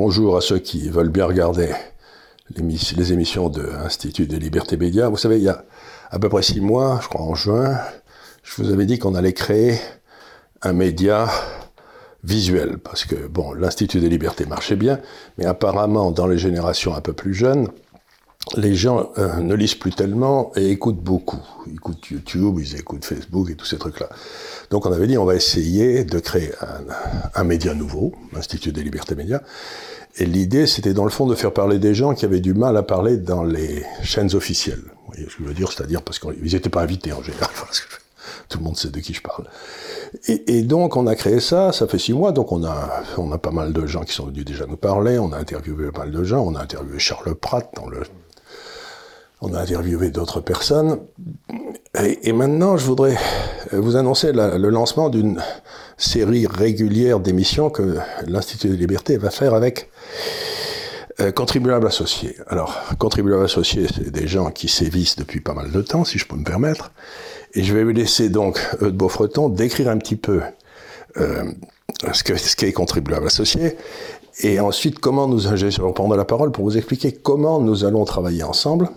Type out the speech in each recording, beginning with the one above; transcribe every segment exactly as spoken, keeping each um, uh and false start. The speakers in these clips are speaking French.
bonjour à ceux qui veulent bien regarder les émissions de l'Institut des libertés médias. Vous savez, il y a à peu près six mois, je crois en juin, je vous avais dit qu'on allait créer un média visuel, parce que bon, l'Institut des libertés marchait bien, mais apparemment, dans les générations un peu plus jeunes, les gens euh, ne lisent plus tellement et écoutent beaucoup. Ils écoutent YouTube, ils écoutent Facebook et tous ces trucs-là. Donc on avait dit, on va essayer de créer un, un média nouveau, l'Institut des libertés médias. Et l'idée, c'était dans le fond de faire parler des gens qui avaient du mal à parler dans les chaînes officielles. Vous voyez ce que je veux dire? C'est-à-dire parce qu'ils n'étaient pas invités en général. Parce que tout le monde sait de qui je parle. Et, et donc on a créé ça, ça fait six mois, donc on a, on a pas mal de gens qui sont venus déjà nous parler, on a interviewé pas mal de gens, on a interviewé Charles Pratt dans le... On a interviewé d'autres personnes. Et, et maintenant, je voudrais vous annoncer la, le lancement d'une série régulière d'émissions que l'Institut des libertés va faire avec euh, Contribuables associés. Alors, Contribuables associés, c'est des gens qui sévissent depuis pas mal de temps, si je peux me permettre. Et je vais vous laisser donc, Eudes Beaufreton, décrire un petit peu euh, ce que, ce qu'est Contribuables associés. Et ensuite, comment nous, je vais reprendre la parole pour vous expliquer comment nous allons travailler ensemble.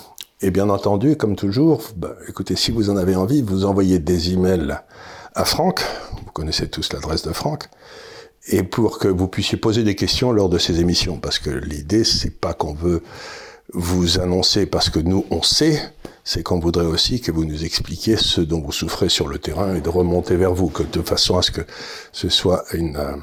Et bien entendu, comme toujours, bah, écoutez, si vous en avez envie, vous envoyez des emails à Franck. Vous connaissez tous l'adresse de Franck. Et pour que vous puissiez poser des questions lors de ces émissions. Parce que l'idée, c'est pas qu'on veut vous annoncer parce que nous, on sait. C'est qu'on voudrait aussi que vous nous expliquiez ce dont vous souffrez sur le terrain et de remonter vers vous, que de façon à ce que ce soit une... Euh,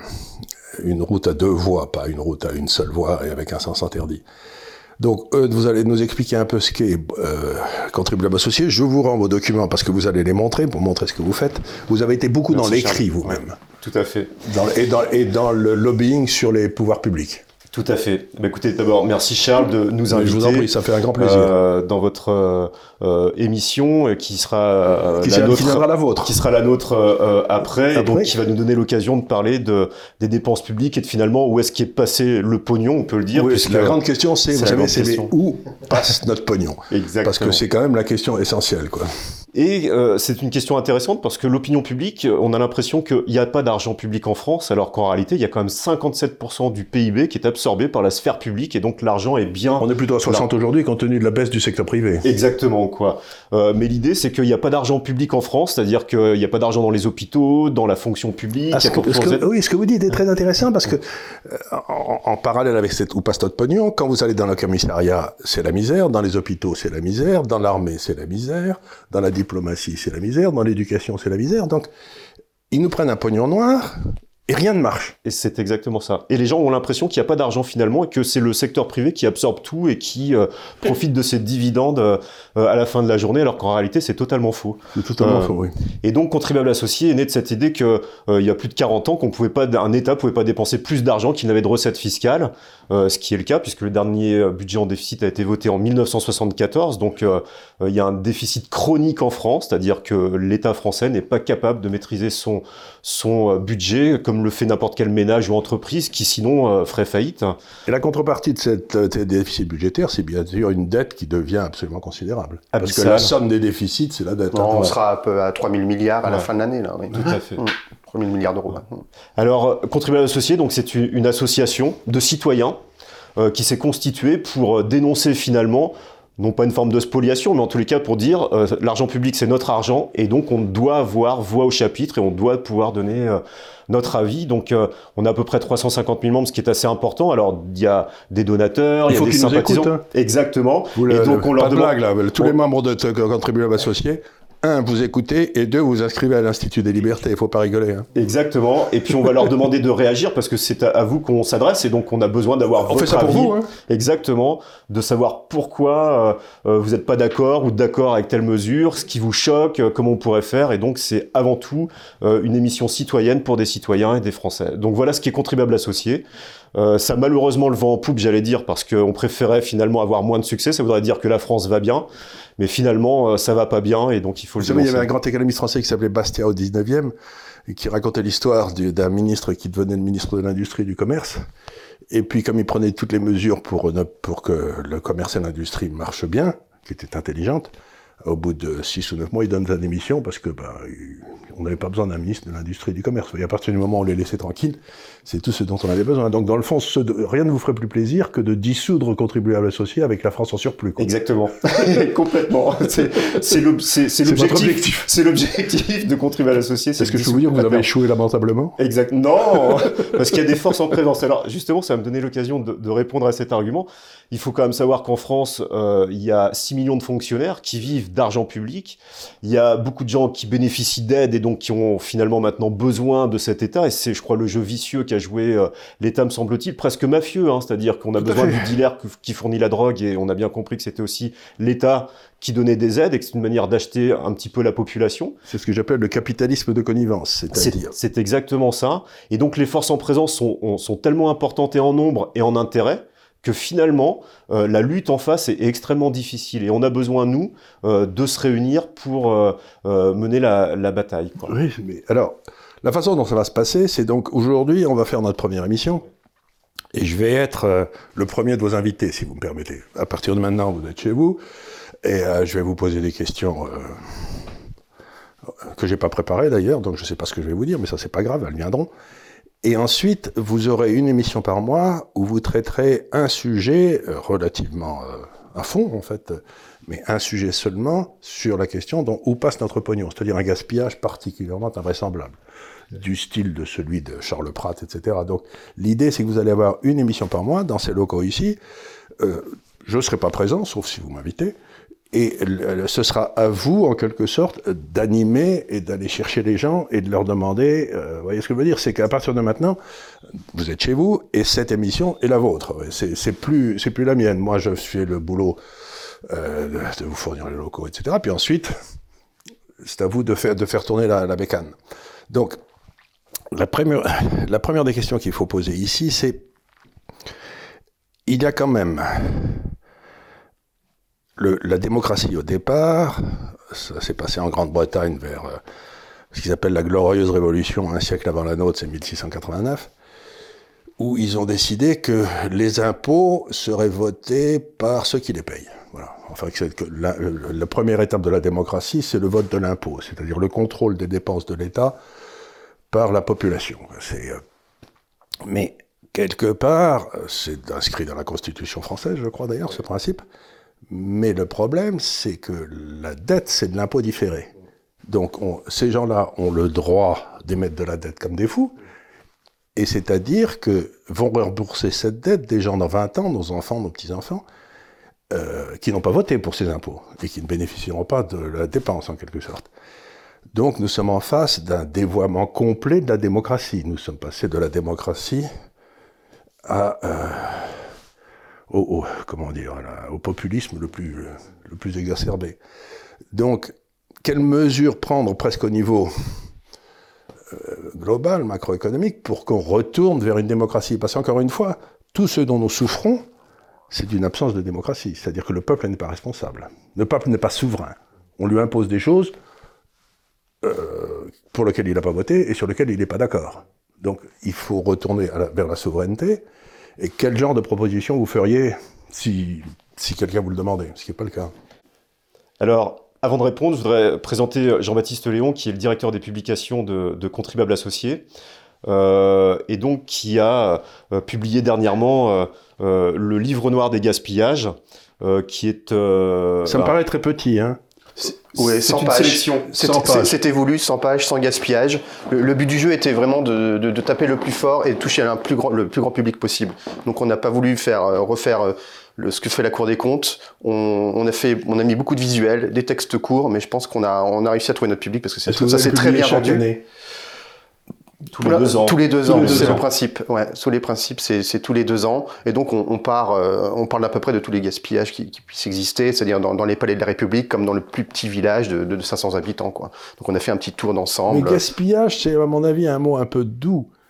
une route à deux voies, pas une route à une seule voie et avec un sens interdit. Donc, Eudes, vous allez nous expliquer un peu ce qu'est euh, Contribuables associés. Je vous rends vos documents parce que vous allez les montrer, pour montrer ce que vous faites. Vous avez été beaucoup Merci dans l'écrit vous-même. Ouais, tout à fait. Dans, et, dans, et dans le lobbying sur les pouvoirs publics. Tout à fait. Bah, écoutez, d'abord, merci Charles de nous inviter. Je vous en prie, ça fait un grand plaisir. Euh, dans votre euh, émission qui sera euh, qui, la sera, nôtre, qui viendra la vôtre, qui sera la nôtre euh, après, après, et donc qui va nous donner l'occasion de parler de des dépenses publiques et de finalement où est-ce qu'est passé le pognon, on peut le dire. Oui, puisque la grande question, c'est, vous savez, c'est les, où passe notre pognon. Exactement. Parce que c'est quand même la question essentielle, quoi. Et euh, c'est une question intéressante parce que l'opinion publique, on a l'impression qu'il n'y a pas d'argent public en France, alors qu'en réalité, il y a quand même cinquante-sept pour cent du P I B qui est absorbé par la sphère publique, et donc l'argent est bien... On est plutôt à soixante aujourd'hui, compte tenu de la baisse du secteur privé. Exactement, quoi. Euh, mais l'idée, c'est qu'il n'y a pas d'argent public en France, c'est-à-dire qu'il n'y a pas d'argent dans les hôpitaux, dans la fonction publique... Ah, ce que, ce que, oui, ce que vous dites est très intéressant, parce que, euh, en, en parallèle avec cette où passe notre pognon, quand vous allez dans le commissariat, c'est la misère, dans les hôpitaux, c'est la misère, dans l'armée, c'est la misère, dans la diplomatie, c'est la misère, dans l'éducation, c'est la misère. Donc, ils nous prennent un pognon noir et rien ne marche. Et c'est exactement ça. Et les gens ont l'impression qu'il n'y a pas d'argent finalement et que c'est le secteur privé qui absorbe tout et qui euh, profite de ces dividendes euh, à la fin de la journée, alors qu'en réalité, c'est totalement faux. C'est totalement euh, faux, oui. Et donc, Contribuables associés est né de cette idée que euh, il y a plus de quarante ans, qu'on pouvait pas, un État pouvait pas dépenser plus d'argent qu'il n'avait de recettes fiscales, euh, ce qui est le cas puisque le dernier budget en déficit a été voté en mille neuf cent soixante-quatorze. Donc, euh, il y a un déficit chronique en France, c'est-à-dire que l'État français n'est pas capable de maîtriser son son budget comme le fait n'importe quel ménage ou entreprise qui sinon euh, ferait faillite. Et la contrepartie de cette euh, déficit budgétaire, c'est bien sûr une dette qui devient absolument considérable. Abyssal. Parce que la somme des déficits, c'est la dette. Non, on sera à, peu à trois mille milliards à ouais. la fin de l'année, là. Oui. Tout à fait. Mmh. trois mille milliards d'euros. Mmh. Alors, Contribuables associés, donc c'est une association de citoyens euh, qui s'est constituée pour dénoncer finalement non pas une forme de spoliation, mais en tous les cas pour dire euh, l'argent public c'est notre argent et donc on doit avoir voix au chapitre et on doit pouvoir donner euh, notre avis. Donc euh, on a à peu près trois cent cinquante mille membres, ce qui est assez important. Alors il y a des donateurs, il, il y a des sympathisants. Écoutent, hein. Exactement. Vous et le, donc on pas leur de demande. Blague, là. Tous on... les membres de Contribuables associés. Un, vous écoutez, et deux, vous inscrivez à l'Institut des libertés. Il faut pas rigoler. Hein. Exactement. Et puis on va leur demander de réagir parce que c'est à, à vous qu'on s'adresse et donc on a besoin d'avoir on votre fait ça avis. Pour vous, hein. Exactement. De savoir pourquoi euh, vous n'êtes pas d'accord ou d'accord avec telle mesure, ce qui vous choque, euh, comment on pourrait faire. Et donc c'est avant tout euh, une émission citoyenne pour des citoyens et des Français. Donc voilà ce qui est Contribuables associés. Euh, ça malheureusement le vent en poupe, j'allais dire, parce qu'on préférait finalement avoir moins de succès. Ça voudrait dire que la France va bien. Mais finalement, ça va pas bien et donc il faut Vous le savez, il y avait un grand économiste français qui s'appelait Bastiat au dix-neuvième et qui racontait l'histoire du, d'un ministre qui devenait le ministre de l'Industrie et du Commerce. Et puis, comme il prenait toutes les mesures pour, pour que le commerce et l'industrie marchent bien, qui étaient intelligentes, Au bout de six ou neuf mois, il donne sa démission parce que bah, on n'avait pas besoin d'un ministre de l'Industrie et du Commerce. Et à partir du moment où on les laissait tranquilles, c'est tout ce dont on avait besoin. Donc dans le fond, ce de, rien ne vous ferait plus plaisir que de dissoudre contribuables associés avec la France en surplus. Quoi. Exactement. Complètement. C'est, c'est, l'ob- c'est, c'est, l'objectif, c'est l'objectif de contribuables associés. Est-ce que je peux vous dire que vous avez échoué lamentablement ? Exact. Non, parce qu'il y a des forces en présence. Alors justement, ça va me donner l'occasion de, de répondre à cet argument. Il faut quand même savoir qu'en France, euh, il y a six millions de fonctionnaires qui vivent d'argent public. Il y a beaucoup de gens qui bénéficient d'aide et donc qui ont finalement maintenant besoin de cet État. Et c'est, je crois, le jeu vicieux qu'a joué euh, l'État, me semble-t-il, presque mafieux. Hein, c'est-à-dire qu'on a Tout besoin du dealer qui fournit la drogue et on a bien compris que c'était aussi l'État qui donnait des aides et que c'est une manière d'acheter un petit peu la population. C'est ce que j'appelle le capitalisme de connivence, c'est-à-dire... C'est, c'est exactement ça. Et donc les forces en présence sont, sont tellement importantes et en nombre et en intérêt que finalement, euh, la lutte en face est, est extrêmement difficile. Et on a besoin, nous, euh, de se réunir pour euh, euh, mener la, la bataille. Quoi. Oui, mais alors, la façon dont ça va se passer, c'est donc aujourd'hui, on va faire notre première émission. Et je vais être euh, le premier de vos invités, si vous me permettez. À partir de maintenant, vous êtes chez vous. Et euh, je vais vous poser des questions euh, que j'ai pas préparées d'ailleurs, donc je sais pas ce que je vais vous dire, mais ça c'est pas grave, elles viendront. Et ensuite, vous aurez une émission par mois où vous traiterez un sujet euh, relativement euh, à fond, en fait, mais un sujet seulement sur la question dont où passe notre pognon, c'est-à-dire un gaspillage particulièrement invraisemblable, du style de celui de Charles Pratt, et cetera. Donc, l'idée, c'est que vous allez avoir une émission par mois dans ces locaux ici. Euh, je ne serai pas présent, sauf si vous m'invitez. Et ce sera à vous, en quelque sorte, d'animer et d'aller chercher les gens et de leur demander, euh, vous voyez ce que je veux dire, c'est qu'à partir de maintenant, vous êtes chez vous et cette émission est la vôtre. C'est, c'est plus, c'est plus la mienne. Moi, je fais le boulot euh, de vous fournir les locaux, et cetera. Puis ensuite, c'est à vous de faire, de faire tourner la, la bécane. Donc, la première, la première des questions qu'il faut poser ici, c'est, il y a quand même... Le, la démocratie, au départ, ça s'est passé en Grande-Bretagne vers euh, ce qu'ils appellent la glorieuse révolution, un siècle avant la nôtre, c'est mille six cent quatre-vingt-neuf, où ils ont décidé que les impôts seraient votés par ceux qui les payent. Voilà. Enfin, que, que la, la, la première étape de la démocratie, c'est le vote de l'impôt, c'est-à-dire le contrôle des dépenses de l'État par la population. C'est, euh, mais quelque part, c'est inscrit dans la Constitution française, je crois d'ailleurs, ce principe. Mais le problème, c'est que la dette, c'est de l'impôt différé. Donc, on, ces gens-là ont le droit d'émettre de la dette comme des fous, et c'est-à-dire que vont rembourser cette dette des gens dans vingt ans, nos enfants, nos petits-enfants, euh, qui n'ont pas voté pour ces impôts, et qui ne bénéficieront pas de la dépense, en quelque sorte. Donc, nous sommes en face d'un dévoiement complet de la démocratie. Nous sommes passés de la démocratie à... Euh, Au, au, comment dire, là, au populisme le plus, le plus exacerbé. Donc, quelles mesures prendre presque au niveau euh, global, macroéconomique, pour qu'on retourne vers une démocratie ? Parce qu'encore une fois, tout ce dont nous souffrons, c'est d'une absence de démocratie. C'est-à-dire que le peuple n'est pas responsable. Le peuple n'est pas souverain. On lui impose des choses euh, pour lesquelles il n'a pas voté et sur lesquelles il n'est pas d'accord. Donc, il faut retourner à la, vers la souveraineté. Et quel genre de proposition vous feriez si, si quelqu'un vous le demandait, ce qui n'est pas le cas? Alors, avant de répondre, je voudrais présenter Jean-Baptiste Léon, qui est le directeur des publications de, de Contribuables Associés, euh, et donc qui a euh, publié dernièrement euh, euh, le livre noir des gaspillages, euh, qui est... Euh, Ça me paraît très petit, hein. Oui, c'est cent une pages. sélection. C'était, cent pages. c'était voulu, cent pages, sans gaspillage. Le, le but du jeu était vraiment de, de, de taper le plus fort et de toucher un plus grand, le plus grand public possible. Donc on n'a pas voulu faire euh, refaire euh, le, ce que fait la Cour des comptes. On, on a fait, on a mis beaucoup de visuels, des textes courts, mais je pense qu'on a, on a réussi à trouver notre public parce que c'est, Est-ce que ça vous c'est avez très bien publié chaque vendu. année? tous les deux ans. Tous les deux Tous ans, les deux c'est ans. le principe. Ouais, sous les principes, c'est, c'est tous les deux ans. Et donc, on, on part, euh, on parle à peu près de tous les gaspillages qui, qui puissent exister, c'est-à-dire dans, dans les palais de la République, comme dans le plus petit village de, de cinq cents habitants, quoi. Donc, on a fait un petit tour d'ensemble. Mais gaspillage, c'est à mon avis un mot un peu doux.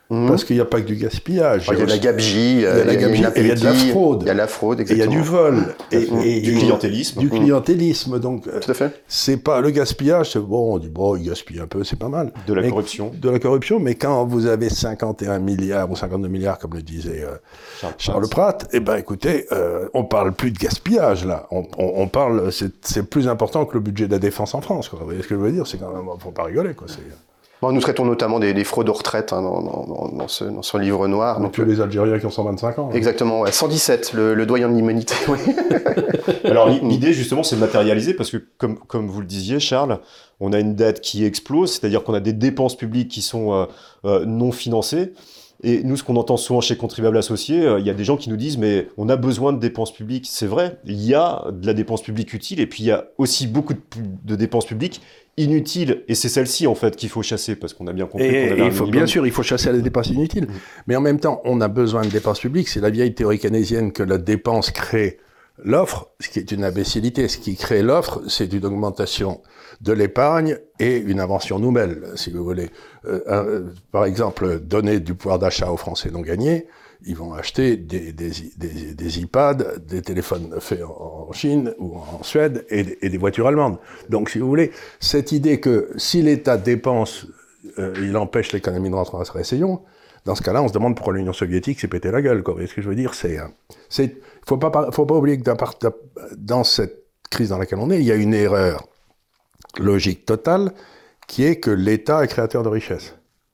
Mmh. Parce qu'il n'y a pas que du gaspillage. Il y a de la gabegie, il y a, la gabegie, il y a de la fraude. Il y a de la fraude, exactement. Il y a du vol. Et, et, du clientélisme. Du clientélisme. Donc, tout à fait. C'est pas, le gaspillage, c'est bon, on dit, bon, il gaspille un peu, c'est pas mal. De la mais, corruption. De la corruption, mais quand vous avez cinquante et un milliards ou cinquante-deux milliards, comme le disait euh, Charles, Charles Pratt, eh ben, écoutez, euh, on parle plus de gaspillage, là. On, on, on parle, c'est, c'est plus important que le budget de la défense en France, quoi. Vous voyez ce que je veux dire? C'est quand même, faut pas rigoler, quoi. C'est... Bon, nous traitons notamment des, des fraudes aux retraites hein, dans, dans, dans, ce, dans ce livre noir. Donc, donc les Algériens qui ont cent vingt-cinq ans. Exactement, ouais. cent dix-sept, le, le doyen de l'immunité. Oui. Alors l'idée justement, c'est de matérialiser parce que comme, comme vous le disiez, Charles, on a une dette qui explose, c'est-à-dire qu'on a des dépenses publiques qui sont euh, euh, non financées. Et nous, ce qu'on entend souvent chez Contribuables Associés, euh, il y a des gens qui nous disent « mais on a besoin de dépenses publiques ». C'est vrai, il y a de la dépense publique utile et puis il y a aussi beaucoup de, de dépenses publiques inutiles. Et c'est celle-ci, en fait, qu'il faut chasser parce qu'on a bien compris et, qu'on avait et un il faut, minimum. Bien sûr, il faut chasser les dépenses inutiles. Mmh. Mais en même temps, on a besoin de dépenses publiques. C'est la vieille théorie keynésienne que la dépense crée l'offre, ce qui est une imbécilité. Ce qui crée l'offre, c'est une augmentation de l'épargne et une invention nouvelle, si vous voulez. Euh, euh, par exemple, donner du pouvoir d'achat aux Français non gagnés, ils vont acheter des, des, des, des iPads, des téléphones faits en, en Chine ou en Suède et, et des voitures allemandes. Donc, si vous voulez, cette idée que si l'État dépense, euh, il empêche l'économie de rentrer dans sa récession, dans ce cas-là, on se demande pourquoi l'Union soviétique s'est pété la gueule, quoi. Vous voyez ce que je veux dire? C'est, c'est, faut pas, faut pas oublier que dans cette crise dans laquelle on est, il y a une erreur logique totale, qui est que l'État est créateur de richesse.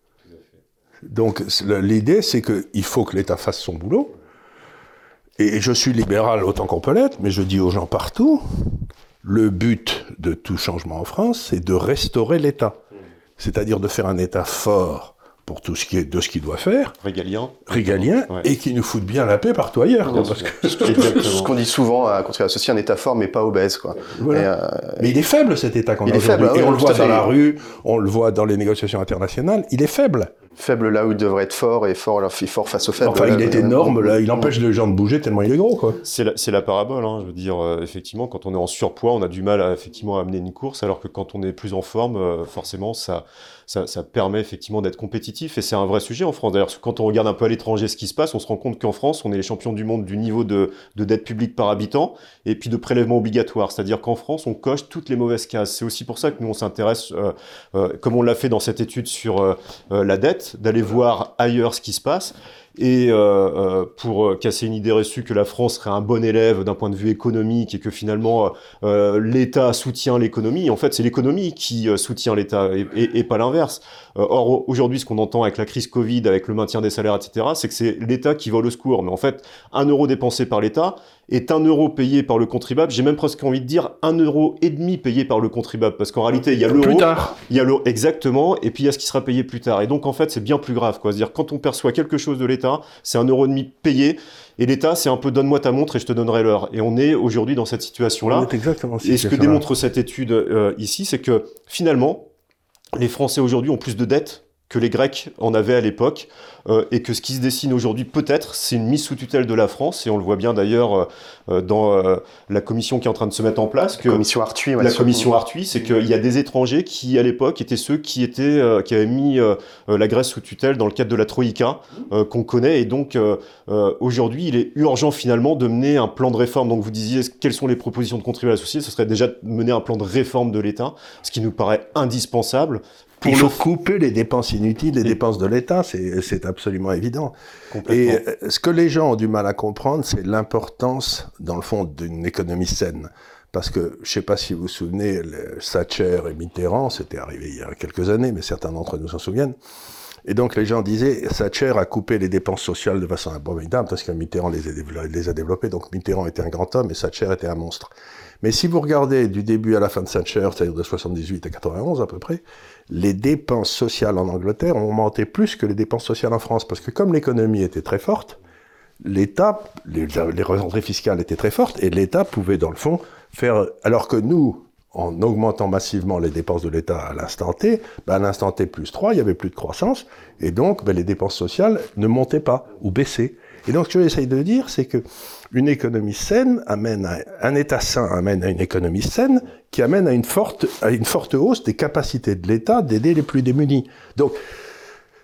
Donc l'idée, c'est qu'il faut que l'État fasse son boulot, et je suis libéral autant qu'on peut l'être, mais je dis aux gens partout, le but de tout changement en France, c'est de restaurer l'État. C'est-à-dire de faire un État fort pour tout ce qui est de ce qu'il doit faire. Régalien. Régalien, ouais. Et qui nous foute bien la paix partout ailleurs. Quoi, parce que... Ce qu'on dit souvent à Contribuables Associés, un État fort mais pas obèse, quoi. Voilà. Et euh... Mais il est faible, cet État qu'on il a est faible, aujourd'hui. Ah, et ouais, on le voit dans fait. la rue, on le voit dans les négociations internationales, il est faible. Faible là où il devrait être fort, et fort, alors, fort face aux faibles. Enfin, là, il est là, énorme, là, il empêche les gens de bouger tellement il est gros, quoi. C'est la, c'est la parabole, hein, je veux dire, euh, effectivement, quand on est en surpoids, on a du mal à, effectivement, à amener une course, alors que quand on est plus en forme, euh, forcément, ça, ça, ça permet effectivement d'être compétitif, et c'est un vrai sujet en France. D'ailleurs, quand on regarde un peu à l'étranger ce qui se passe, on se rend compte qu'en France, on est les champions du monde du niveau de, de dette publique par habitant, et puis de prélèvement obligatoire. C'est-à-dire qu'en France, on coche toutes les mauvaises cases. C'est aussi pour ça que nous, on s'intéresse, euh, euh, comme on l'a fait dans cette étude sur euh, euh, la dette, d'aller voir ailleurs ce qui se passe, et euh, euh, pour casser une idée reçue que la France serait un bon élève d'un point de vue économique et que finalement euh, l'État soutient l'économie. En fait, c'est l'économie qui euh, soutient l'État et, et, et pas l'inverse. Euh, or, aujourd'hui, ce qu'on entend avec la crise Covid, avec le maintien des salaires, et cetera, c'est que c'est l'État qui vole au secours. Mais en fait, un euro dépensé par l'État est un euro payé par le contribuable. J'ai même presque envie de dire un euro et demi payé par le contribuable, parce qu'en réalité, il y a l'euro, plus tard. il y a l'euro exactement, et puis il y a ce qui sera payé plus tard. Et donc, en fait, c'est bien plus grave, quoi. C'est-à-dire, quand on perçoit quelque chose de l'État, c'est un euro et demi payé, et l'État, c'est un peu donne-moi ta montre et je te donnerai l'heure. Et on est aujourd'hui dans cette situation-là. Exactement. Et ce que démontre cette étude euh, ici, c'est que finalement, les Français aujourd'hui ont plus de dettes que les Grecs en avaient à l'époque, euh, et que ce qui se dessine aujourd'hui, peut-être, c'est une mise sous tutelle de la France, et on le voit bien d'ailleurs euh, dans euh, la commission qui est en train de se mettre en place. Que la commission Arthuis. Ouais, la commission Arthuis, c'est qu'il y a des étrangers qui, à l'époque, étaient ceux qui, étaient, euh, qui avaient mis euh, la Grèce sous tutelle dans le cadre de la Troïka, euh, qu'on connaît, et donc euh, euh, aujourd'hui, il est urgent finalement de mener un plan de réforme. Donc vous disiez, quelles sont les propositions de contribuables associés? Ce serait déjà de mener un plan de réforme de l'État, ce qui nous paraît indispensable. Pour il faut le... couper les dépenses inutiles, les et... dépenses de l'État, c'est, c'est absolument évident. Et euh, ce que les gens ont du mal à comprendre, c'est l'importance, dans le fond, d'une économie saine. Parce que, je ne sais pas si vous vous souvenez, Thatcher et Mitterrand, c'était arrivé il y a quelques années, mais certains d'entre nous s'en souviennent. Et donc les gens disaient, Thatcher a coupé les dépenses sociales de façon abominable, parce que Mitterrand les a, développées, les a développées, donc Mitterrand était un grand homme et Thatcher était un monstre. Mais si vous regardez du début à la fin de Thatcher, c'est-à-dire de soixante-dix-huit à quatre-vingt-onze à peu près, les dépenses sociales en Angleterre ont augmenté plus que les dépenses sociales en France, parce que comme l'économie était très forte, l'État, les, les rentrées fiscales étaient très fortes, et l'État pouvait dans le fond faire, alors que nous, en augmentant massivement les dépenses de l'État à l'instant T, ben à l'instant T plus trois, il n'y avait plus de croissance, et donc ben les dépenses sociales ne montaient pas, ou baissaient. Et donc ce que j'essaye de dire, c'est que une économie saine amène à, un État sain amène à une économie saine, qui amène à une forte, à une forte hausse des capacités de l'État d'aider les plus démunis. Donc,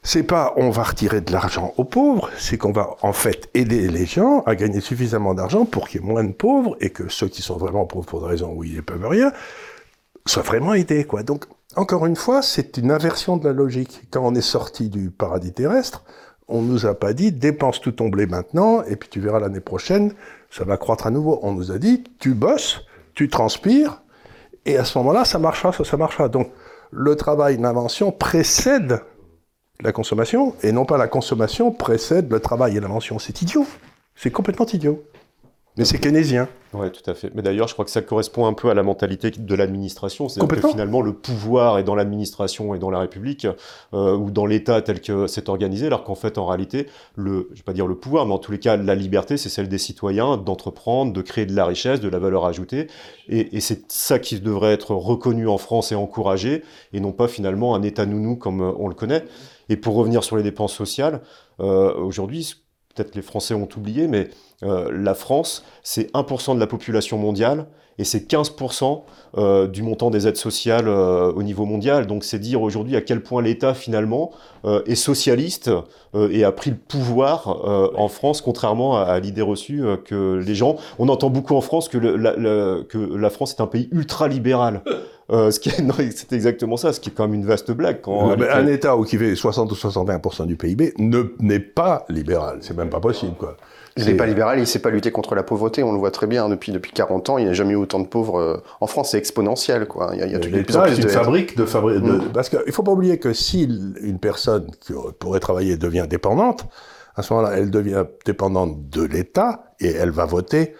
c'est pas on va retirer de l'argent aux pauvres, c'est qu'on va en fait aider les gens à gagner suffisamment d'argent pour qu'il y ait moins de pauvres et que ceux qui sont vraiment pauvres pour des raisons où ils ne peuvent rien soient vraiment aidés, quoi. Donc, encore une fois, c'est une inversion de la logique. Quand on est sorti du paradis terrestre, on nous a pas dit dépense tout ton blé maintenant et puis tu verras l'année prochaine, ça va croître à nouveau. On nous a dit tu bosses, tu transpires et à ce moment-là, ça marchera, ça, ça marchera. Donc, le travail, l'invention précède la consommation, et non pas la consommation précède le travail et l'invention. C'est idiot. C'est complètement idiot. Mais c'est keynésien. Oui, tout à fait. Mais d'ailleurs, je crois que ça correspond un peu à la mentalité de l'administration. C'est-à-dire que finalement, le pouvoir est dans l'administration et dans la République, euh, ou dans l'État tel que c'est organisé, alors qu'en fait, en réalité, le, je ne vais pas dire le pouvoir, mais en tous les cas, la liberté, c'est celle des citoyens d'entreprendre, de créer de la richesse, de la valeur ajoutée. Et, et c'est ça qui devrait être reconnu en France et encouragé, et non pas finalement un État nounou comme on le connaît. Et pour revenir sur les dépenses sociales, euh, aujourd'hui, peut-être les Français ont oublié, mais euh, la France, c'est un pour cent de la population mondiale et c'est quinze pour cent euh, du montant des aides sociales euh, au niveau mondial. Donc c'est dire aujourd'hui à quel point l'État finalement euh, est socialiste euh, et a pris le pouvoir euh, en France, contrairement à, à l'idée reçue euh, que les gens... On entend beaucoup en France que, le, la, la, que la France est un pays ultra-libéral. Euh, ce qui est, non, c'est exactement ça, ce qui est quand même une vaste blague. Quand mais un État où qui fait soixante ou soixante et un pour cent du P I B ne, n'est pas libéral, c'est même pas possible, quoi. Il n'est pas libéral, il ne sait pas lutter contre la pauvreté, on le voit très bien, depuis, depuis quarante ans, il n'y a jamais eu autant de pauvres. Euh, en France, c'est exponentiel, quoi. Il y a, il y a de plus en plus c'est une de... fabrique de... Fabri... Mmh. de parce qu'il ne faut pas oublier que si une personne qui pourrait travailler devient dépendante, à ce moment-là, elle devient dépendante de l'État et elle va voter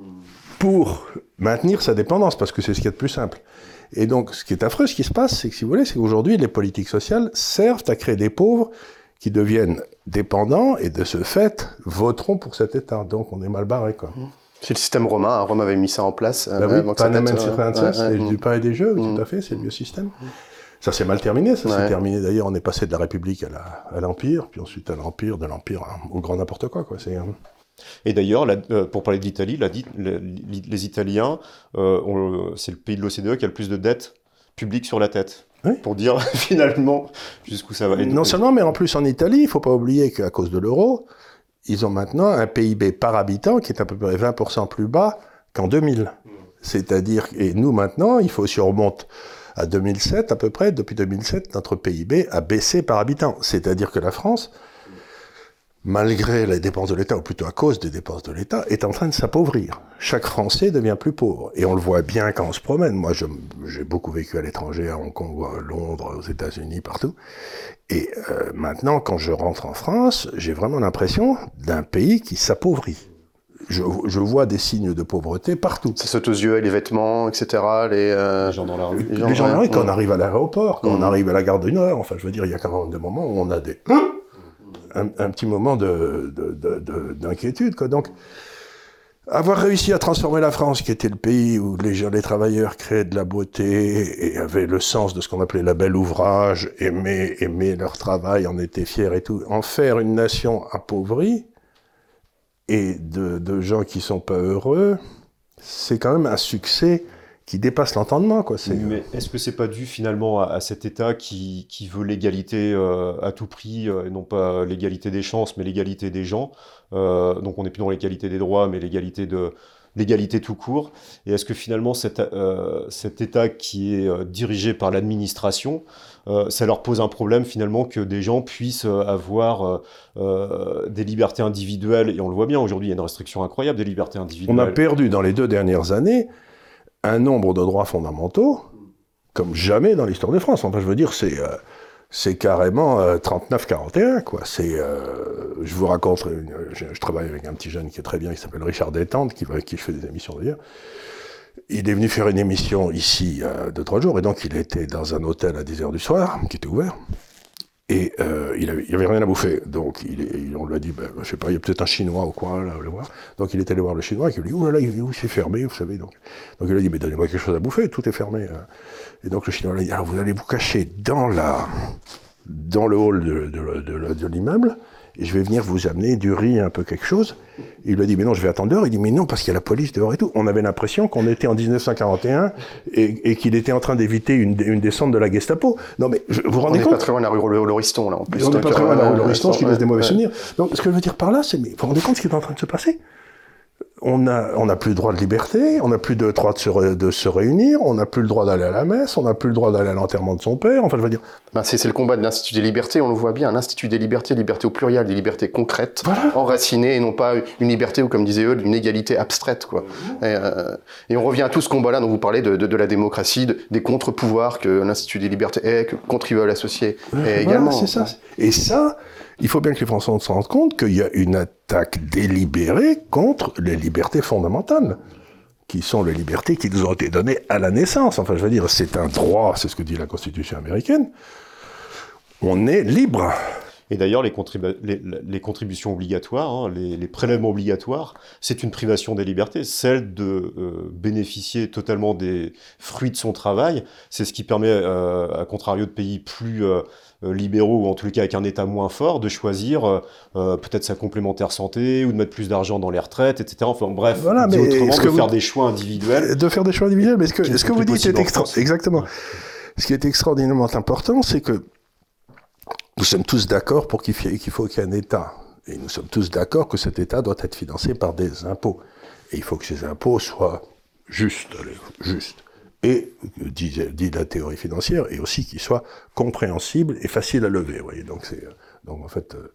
pour maintenir sa dépendance, parce que c'est ce qu'il y a de plus simple. Et donc, ce qui est affreux, ce qui se passe, c'est que, si vous voulez, c'est qu'aujourd'hui, les politiques sociales servent à créer des pauvres qui deviennent dépendants et, de ce fait, voteront pour cet État. Donc, on est mal barré, quoi. C'est le système romain, hein. Rome avait mis ça en place. Bah euh, oui, panem et circenses, c'est ouais, du pain et des jeux, mmh. tout à fait, c'est le vieux système. Mmh. Ça s'est mal terminé, ça ouais. s'est terminé, d'ailleurs, on est passé de la République à, la, à l'Empire, puis ensuite à l'Empire, de l'Empire hein, au grand n'importe quoi, quoi. C'est... Hein. Et d'ailleurs, la, euh, pour parler de l'Italie, la, les, les Italiens, euh, ont, c'est le pays de l'O C D E qui a le plus de dettes publiques sur la tête. Oui. Pour dire finalement jusqu'où ça va. Et non seulement, mais en plus en Italie, il ne faut pas oublier qu'à cause de l'euro, ils ont maintenant un P I B par habitant qui est à peu près vingt pour cent plus bas qu'en deux mille. Mmh. C'est-à-dire, et nous maintenant, il faut si on remonte à deux mille sept à peu près, depuis deux mille sept, notre P I B a baissé par habitant. C'est-à-dire que la France, malgré les dépenses de l'État, ou plutôt à cause des dépenses de l'État, est en train de s'appauvrir. Chaque Français devient plus pauvre. Et on le voit bien quand on se promène. Moi, je, j'ai beaucoup vécu à l'étranger, à Hong Kong, à Londres, aux États-Unis, partout. Et euh, maintenant, quand je rentre en France, j'ai vraiment l'impression d'un pays qui s'appauvrit. Je, je vois des signes de pauvreté partout. Ça saute aux yeux, les vêtements, et cetera. Les, euh... les gens dans la rue. Les, les gens dans la rue, quand on arrive à l'aéroport, quand mmh. on arrive à la gare du Nord, enfin, je veux dire, il y a quand même des moments où on a des... Un, un petit moment de, de, de, de, d'inquiétude, quoi. Donc, avoir réussi à transformer la France, qui était le pays où les gens, les travailleurs créaient de la beauté et avaient le sens de ce qu'on appelait la belle ouvrage, aimaient, aimaient leur travail, en étaient fiers et tout, en faire une nation appauvrie et de, de gens qui sont pas heureux, c'est quand même un succès qui dépasse l'entendement, quoi. C'est... Mais est-ce que c'est pas dû finalement à, à cet État qui, qui veut l'égalité euh, à tout prix, euh, et non pas l'égalité des chances, mais l'égalité des gens. Euh, donc on n'est plus dans l'égalité des droits, mais l'égalité de l'égalité tout court. Et est-ce que finalement cet, euh, cet État qui est euh, dirigé par l'administration, euh, ça leur pose un problème finalement que des gens puissent avoir euh, euh, des libertés individuelles, et on le voit bien aujourd'hui, il y a une restriction incroyable des libertés individuelles. On a perdu dans les deux dernières années un nombre de droits fondamentaux comme jamais dans l'histoire de France. Enfin, je veux dire, c'est, euh, c'est carrément euh, trente-neuf quarante et un, quoi. C'est, euh, je vous raconte, une, je, je travaille avec un petit jeune qui est très bien, qui s'appelle Richard Détente, qui, avec qui je fais des émissions d'ailleurs. Il est venu faire une émission ici, euh, de trois jours, et donc il était dans un hôtel à dix heures du soir, qui était ouvert. Et euh, il avait, il avait rien à bouffer, donc il, il, on lui a dit, ben, je sais pas, il y a peut-être un Chinois au coin, là, allez voir. Donc il est allé voir le Chinois, qui lui dit, oh là là, il, c'est fermé, vous savez. Donc, donc il a dit, mais donnez-moi quelque chose à bouffer, tout est fermé. Et donc le Chinois lui a dit, alors vous allez vous cacher dans la, dans le hall de, de, de, de, de l'immeuble, et je vais venir vous amener du riz, un peu quelque chose. Et il lui a dit, mais non, je vais attendre dehors. Il dit, mais non, parce qu'il y a la police dehors et tout. On avait l'impression qu'on était en dix-neuf cent quarante et un et, et qu'il était en train d'éviter une, une descente de la Gestapo. Non, mais je, vous vous rendez on compte? On n'est pas très loin de la rue Lauriston, là, en plus. On n'est pas très loin de la rue Lauriston, ce qui laisse des mauvais ouais. souvenirs. Donc, ce que je veux dire par là, c'est, mais vous vous rendez compte ce qui est en train de se passer? On a, on n'a plus le droit de liberté, on n'a plus le droit de se, re, de se réunir, on n'a plus le droit d'aller à la messe, on n'a plus le droit d'aller à l'enterrement de son père, enfin je veux dire... Ben c'est, c'est le combat de l'Institut des libertés, on le voit bien, l'Institut des libertés, liberté au pluriel, des libertés concrètes, voilà. Enracinées, et non pas une liberté, ou comme disait eux, une égalité abstraite, quoi. Et, euh, et on revient à tout ce combat-là dont vous parlez de, de, de la démocratie, de, des contre-pouvoirs que l'Institut des libertés est, que contribuables associés est voilà, également. C'est ça. Et ça... Il faut bien que les Français se rendent compte qu'il y a une attaque délibérée contre les libertés fondamentales, qui sont les libertés qui nous ont été données à la naissance. Enfin, je veux dire, c'est un droit, c'est ce que dit la Constitution américaine. On est libre. Et d'ailleurs, les, contribu- les, les contributions obligatoires, hein, les, les prélèvements obligatoires, c'est une privation des libertés. Celle de euh, bénéficier totalement des fruits de son travail, c'est ce qui permet, euh, à contrario de pays plus euh, libéraux, ou en tous les cas avec un État moins fort, de choisir euh, peut-être sa complémentaire santé, ou de mettre plus d'argent dans les retraites, et cetera. Enfin bref, voilà, mais autrement, de vous... faire des choix individuels. De faire des choix individuels, mais ce que, ce que vous dites est extra... Exactement. Ouais. Ce qui est extraordinairement important, c'est que nous sommes tous d'accord pour qu'il, f... qu'il faut qu'il y ait un État. Et nous sommes tous d'accord que cet État doit être financé par des impôts. Et il faut que ces impôts soient justes, justes. Et, dit, dit la théorie financière, et aussi qu'ils soient compréhensibles et faciles à lever. Vous voyez, donc, c'est, donc en fait... Euh...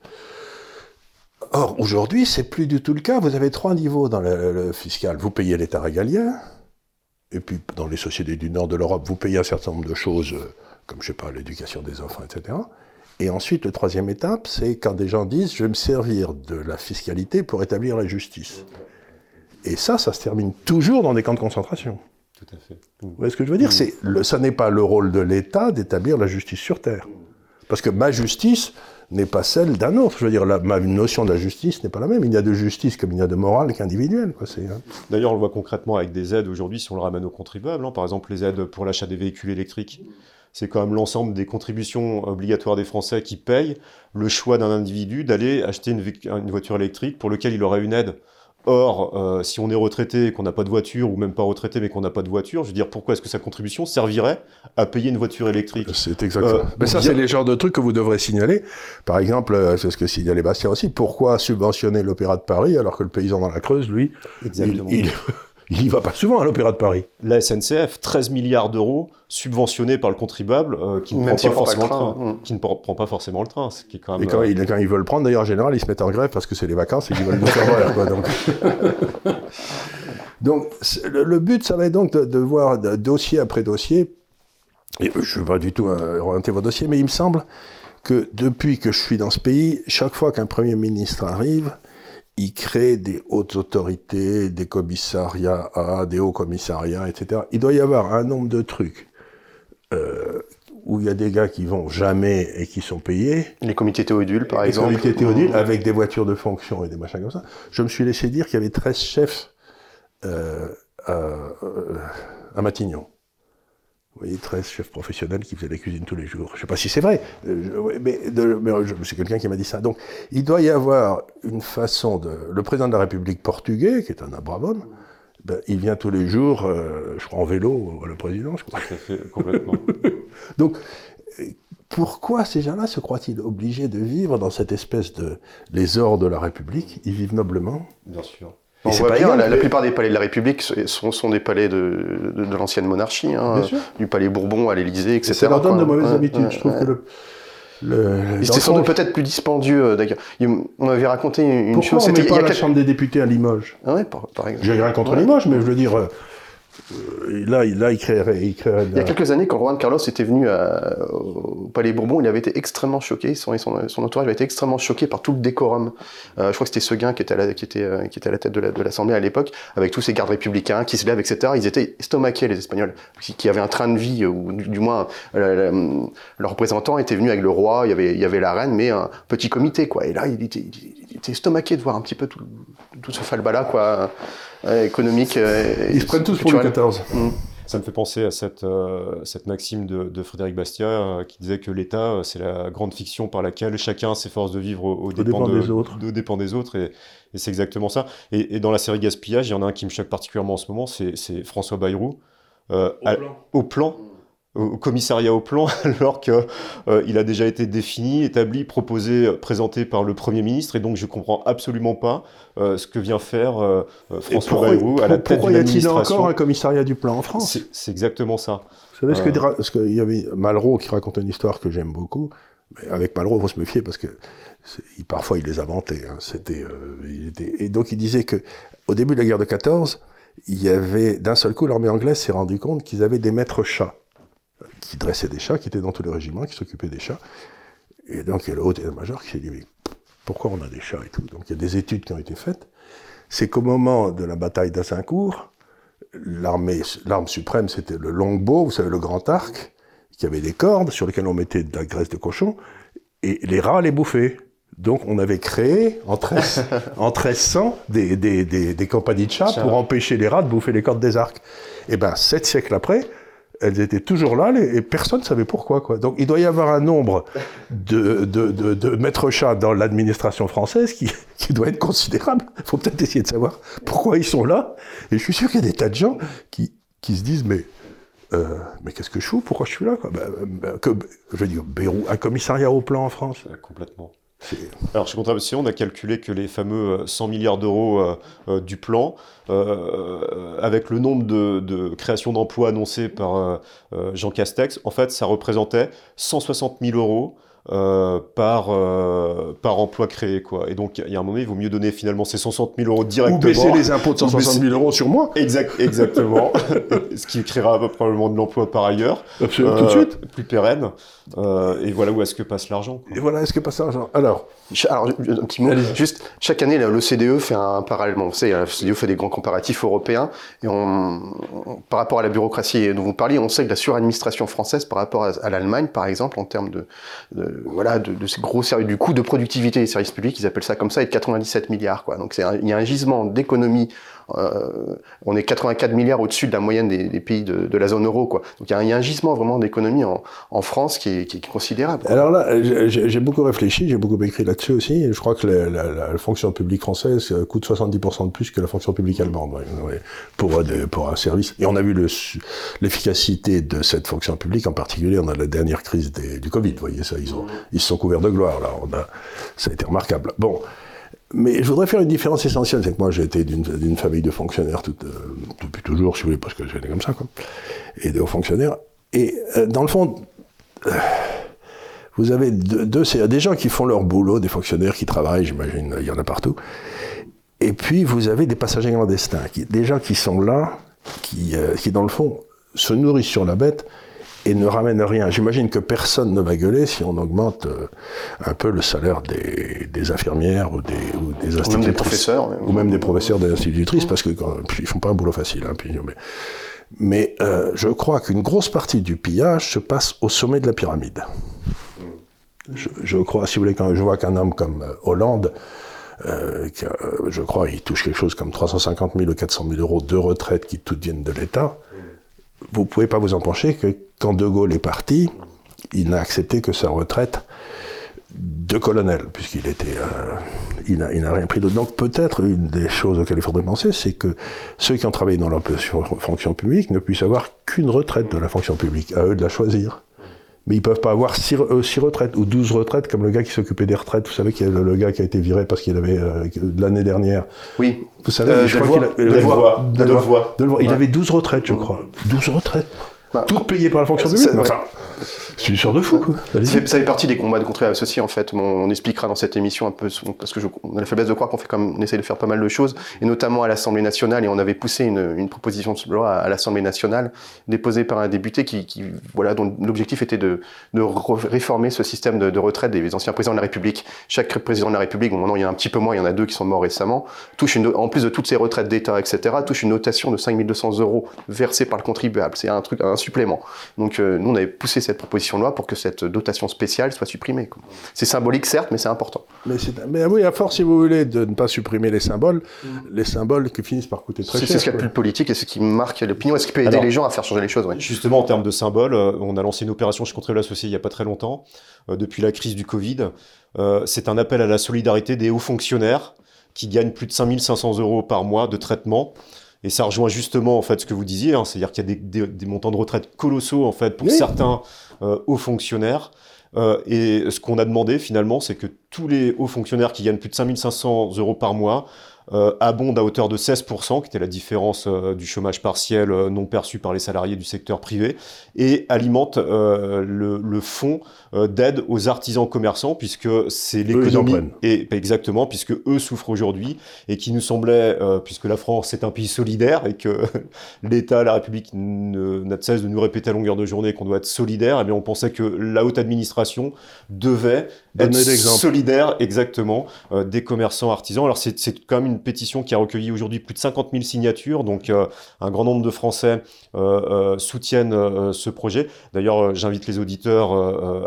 Or, aujourd'hui, c'est plus du tout le cas. Vous avez trois niveaux dans le, le fiscal. Vous payez l'État régalien, et puis dans les sociétés du nord de l'Europe, vous payez un certain nombre de choses, comme, je sais pas, l'éducation des enfants, et cetera. Et ensuite, le troisième étape, c'est quand des gens disent « je vais me servir de la fiscalité pour établir la justice ». Et ça, ça se termine toujours dans des camps de concentration. Tout à fait. Vous voyez ce que je veux dire? C'est le, ça n'est pas le rôle de l'État d'établir la justice sur Terre. Parce que ma justice n'est pas celle d'un autre. Je veux dire, la, ma notion de la justice n'est pas la même. Il y a de justice comme il y a de morale qu'individuelle. Quoi. C'est, hein. D'ailleurs, on le voit concrètement avec des aides aujourd'hui, si on le ramène aux contribuables. Hein. Par exemple, les aides pour l'achat des véhicules électriques. C'est quand même l'ensemble des contributions obligatoires des Français qui payent le choix d'un individu d'aller acheter une, une voiture électrique pour lequel il aurait une aide. Or, euh, si on est retraité et qu'on n'a pas de voiture, ou même pas retraité mais qu'on n'a pas de voiture, je veux dire, pourquoi est-ce que sa contribution servirait à payer une voiture électrique? C'est exactement. Euh, mais ça, bien... c'est les genres de trucs que vous devrez signaler. Par exemple, c'est ce que signalait Bastien aussi. Pourquoi subventionner l'Opéra de Paris alors que le paysan dans la Creuse, lui, Exactement. il, il, il y va pas souvent à l'Opéra de Paris. La S N C F, treize milliards d'euros subventionnés par le contribuable euh, qui ne prend pas forcément le train, mmh. qui ne prend pas forcément le train, ce qui est quand même. Et quand, euh... ils, quand ils veulent le prendre, d'ailleurs, en général, ils se mettent en grève parce que c'est les vacances et qu'ils veulent nous faire voir, quoi. Donc, donc le, le but, ça va être donc de, de voir de, dossier après dossier. Et je ne veux pas du tout euh, orienter vos dossiers, mais il me semble que depuis que je suis dans ce pays, chaque fois qu'un Premier ministre arrive, il crée des hautes autorités, des commissariats A, des hauts commissariats, et cetera. Il doit y avoir un nombre de trucs euh, où il y a des gars qui vont jamais et qui sont payés. Les comités Théodule, par les exemple. Les comités Théodule, mmh. avec des voitures de fonction et des machins comme ça. Je me suis laissé dire qu'il y avait treize chefs euh, à, euh, à Matignon. Vous voyez, treize chefs professionnels qui faisaient la cuisine tous les jours. Je ne sais pas si c'est vrai, je, mais, de, mais je, c'est quelqu'un qui m'a dit ça. Donc, il doit y avoir une façon de... Le président de la République portugais, qui est un abrabon, ben, il vient tous les jours, euh, je crois, en vélo, le président, je crois. Tout à fait, complètement. Donc, pourquoi ces gens-là se croient-ils obligés de vivre dans cette espèce de... Les ors de la République, ils vivent noblement. Bien sûr. On voit bien, égal, la, la plupart des palais de la République sont, sont des palais de, de, de l'ancienne monarchie, hein, du palais Bourbon à l'Élysée, et cetera. Ça leur donne de mauvaises ouais, habitudes, ouais, je trouve ouais. que le... le C'était sans doute peut-être plus dispendieux, d'ailleurs. On m'avait raconté une Pourquoi chose... Pourquoi on met pas à la quelques... Chambre des députés à Limoges? Ah ouais, par, par exemple. J'ai rien contre ouais. Limoges, mais je veux dire... Euh, Là, là, il créerait, il créerait... Il y a quelques années, quand Juan Carlos était venu à, au Palais Bourbon, il avait été extrêmement choqué, son, son, son entourage avait été extrêmement choqué par tout le décorum. Euh, je crois que c'était Seguin qui était à la, qui était, euh, qui était à la tête de, la, de l'Assemblée à l'époque, avec tous ces gardes républicains qui se lèvent, et cetera. Ils étaient estomaqués, les Espagnols, qui, qui avaient un train de vie, ou du, du moins, euh, le représentant était venu avec le roi, il y avait, il y avait la reine, mais un petit comité, quoi. Et là, il était, il était estomaqué de voir un petit peu tout, tout ce falbala, quoi. Euh, économique. Euh, Ils se prennent tous pour le quatorze. Mmh. Ça me fait penser à cette, euh, cette maxime de, de Frédéric Bastiat euh, qui disait que l'État, euh, c'est la grande fiction par laquelle chacun s'efforce de vivre aux, aux dépens, dépend de, des autres. de, dépens des autres. Et, et c'est exactement ça. Et, et dans la série Gaspillage, il y en a un qui me choque particulièrement en ce moment, c'est, c'est François Bayrou. Euh, au, à, plan. au plan. Au commissariat au plan, alors qu'il euh, a déjà été défini, établi, proposé, présenté par le Premier ministre, et donc je comprends absolument pas euh, ce que vient faire euh, François pourquoi, Bayrou à la tête pourquoi d'une administration. Pourquoi y a-t-il encore un commissariat du plan en France? C'est, c'est exactement ça. Vous savez, ce euh... que, ce que, il y avait Malraux qui raconte une histoire que j'aime beaucoup, mais avec Malraux, il faut se méfier parce que il, parfois il les inventait. Hein. C'était, euh, il était, et donc il disait que au début de la guerre de quatorze, il y avait d'un seul coup l'armée anglaise s'est rendu compte qu'ils avaient des maîtres chats qui dressaient des chats, qui étaient dans tous les régiments, qui s'occupaient des chats. Et donc, il y a le haut état-major qui s'est dit, mais pourquoi on a des chats et tout? Donc, il y a des études qui ont été faites. C'est qu'au moment de la bataille d'Azincourt, l'armée, l'arme suprême, c'était le longbow, vous savez, le grand arc, qui avait des cordes sur lesquelles on mettait de la graisse de cochon, et les rats les bouffaient. Donc, on avait créé, en, treize, en treize cents, des, des, des, des compagnies de chats Chat. pour empêcher les rats de bouffer les cordes des arcs. Et bien, sept siècles après, elles étaient toujours là, les, et personne ne savait pourquoi, quoi. Donc, il doit y avoir un nombre de, de, de, de maîtres chats dans l'administration française qui, qui doit être considérable. Il faut peut-être essayer de savoir pourquoi ils sont là. Et je suis sûr qu'il y a des tas de gens qui, qui se disent, mais, euh, mais qu'est-ce que je fous? Pourquoi je suis là, quoi? Ben, ben, que, je veux dire, Bayrou, un commissariat au plan en France. Ouais, complètement. C'est... Alors, chez Contrabation, on a calculé que les fameux cent milliards d'euros euh, euh, du plan, euh, avec le nombre de, de créations d'emplois annoncées par euh, Jean Castex, en fait, ça représentait cent soixante mille euros euh, par, euh, par emploi créé, quoi. Et donc, il y a un moment, il vaut mieux donner finalement ces cent soixante mille euros directement. Ou baisser les impôts de cent soixante mille euros sur moi. Exact, exactement. Ce qui créera probablement de l'emploi par ailleurs. Absolument, euh, tout de suite. Plus pérenne. Euh, et voilà où est-ce que passe l'argent, quoi. Et voilà, est-ce que passe l'argent. Alors, Alors, un petit mot. Allez. Juste, chaque année, l'O C D E fait un parallèle. Vous savez, l'O C D E fait des grands comparatifs européens. Et on, on, par rapport à la bureaucratie dont vous parliez, on sait que la suradministration française par rapport à, à l'Allemagne, par exemple, en termes de, de voilà, de, de ces gros services, du coût de productivité des services publics, ils appellent ça comme ça, est de quatre-vingt-dix-sept milliards, quoi. Donc, c'est un, il y a un gisement d'économie. Euh, on est quatre-vingt-quatre milliards au-dessus de la moyenne des, des pays de, de la zone euro, quoi. Donc il y, y a un gisement vraiment d'économie en, en France qui est, qui est considérable, quoi. Alors là, j'ai, j'ai beaucoup réfléchi, j'ai beaucoup écrit là-dessus aussi. Je crois que la, la, la, la fonction publique française coûte soixante-dix pour cent de plus que la fonction publique allemande, ouais, ouais, pour, de, pour un service. Et on a vu le, l'efficacité de cette fonction publique, en particulier on a la dernière crise des, du Covid. Vous voyez ça, ils, ont, ils se sont couverts de gloire là. On a, ça a été remarquable. Bon. Mais je voudrais faire une différence essentielle, c'est que moi j'ai été d'une, d'une famille de fonctionnaires tout, euh, depuis toujours, si vous voulez, parce que j'étais comme ça, quoi, et de hauts fonctionnaires. Et euh, dans le fond, euh, vous avez deux, deux, c'est des gens qui font leur boulot, des fonctionnaires qui travaillent, j'imagine, il y en a partout. Et puis vous avez des passagers clandestins, qui, des gens qui sont là, qui, euh, qui dans le fond se nourrissent sur la bête et ne ramènent rien. J'imagine que personne ne va gueuler si on augmente euh, un peu le salaire des, des infirmières ou des, ou des institutrices. Ou même des professeurs. Ou même des professeurs, des institutrices, parce que quand, puis, ils font pas un boulot facile. Hein, puis, mais mais euh, je crois qu'une grosse partie du pillage se passe au sommet de la pyramide. Je, je crois, si vous voulez, quand je vois qu'un homme comme euh, Hollande, euh, qui, euh, je crois, il touche quelque chose comme trois cent cinquante mille ou quatre cent mille euros de retraite qui toutes viennent de l'État, vous pouvez pas vous en pencher que quand De Gaulle est parti, il n'a accepté que sa retraite de colonel, puisqu'il était, euh, il n'a, il n'a rien pris d'autre. Donc peut-être une des choses auxquelles il faudrait penser, c'est que ceux qui ont travaillé dans la fonction publique ne puissent avoir qu'une retraite de la fonction publique, à eux de la choisir. Mais ils peuvent pas avoir six, euh, six retraites ou douze retraites comme le gars qui s'occupait des retraites. Vous savez qu'il y a le, le gars qui a été viré parce qu'il avait euh, l'année dernière. Oui. Vous savez, euh, je crois qu'il a, de le voir. De le voir. Il avait douze retraites, je crois. douze retraites. Bah, toutes payées par la fonction publique. Ouais. Enfin, c'est une sorte de fou, quoi. Ça fait, ça fait partie des combats de contre associés, en fait. Bon, on expliquera dans cette émission un peu, parce que je, on a la faiblesse de croire qu'on fait comme, on essaie de faire pas mal de choses, et notamment à l'Assemblée nationale, et on avait poussé une, une proposition de loi à, à l'Assemblée nationale, déposée par un député qui, qui voilà, dont l'objectif était de, de réformer ce système de, de retraite des anciens présidents de la République. Chaque président de la République, bon, maintenant il y en a un petit peu moins, il y en a deux qui sont morts récemment, touche une, en plus de toutes ces retraites d'État, et cetera, touche une notation de cinq mille deux cents euros versée par le contribuable. C'est un truc, un, supplément. Donc euh, nous, on avait poussé cette proposition de loi pour que cette dotation spéciale soit supprimée, quoi. C'est symbolique, certes, mais c'est important. Mais, c'est, mais oui, à force, si vous voulez, de ne pas supprimer les symboles, mmh. les symboles qui finissent par coûter très c'est, cher. C'est ce qu'il y a de plus politique et ce qui marque l'opinion et ce qui peut aider Alors, les gens à faire changer les choses. Ouais. Justement, en termes de symboles, euh, on a lancé une opération chez Contribuables Associés il n'y a pas très longtemps, euh, depuis la crise du Covid. Euh, c'est un appel à la solidarité des hauts fonctionnaires qui gagnent plus de cinq mille cinq cents euros par mois de traitement. Et ça rejoint justement en fait ce que vous disiez, hein, c'est-à-dire qu'il y a des, des, des montants de retraite colossaux en fait pour oui. certains euh, hauts fonctionnaires. Euh, et ce qu'on a demandé finalement, c'est que tous les hauts fonctionnaires qui gagnent plus de cinq mille cinq cents euros par mois euh, abondent à hauteur de seize pour cent, qui était la différence euh, du chômage partiel euh, non perçu par les salariés du secteur privé, et alimentent euh, le, le fonds euh, d'aide aux artisans commerçants, puisque c'est l'économie, et exactement, puisque eux souffrent aujourd'hui, et qui nous semblait, euh, puisque la France est un pays solidaire, et que l'État, la République ne, n'a de cesse de nous répéter à longueur de journée qu'on doit être solidaire, et bien on pensait que la haute administration devait être solidaire, exactement, euh, des commerçants artisans. Alors c'est, c'est quand même une pétition qui a recueilli aujourd'hui plus de cinquante mille signatures, donc euh, un grand nombre de Français euh, euh, soutiennent euh, ce projet. D'ailleurs, euh, j'invite les auditeurs euh,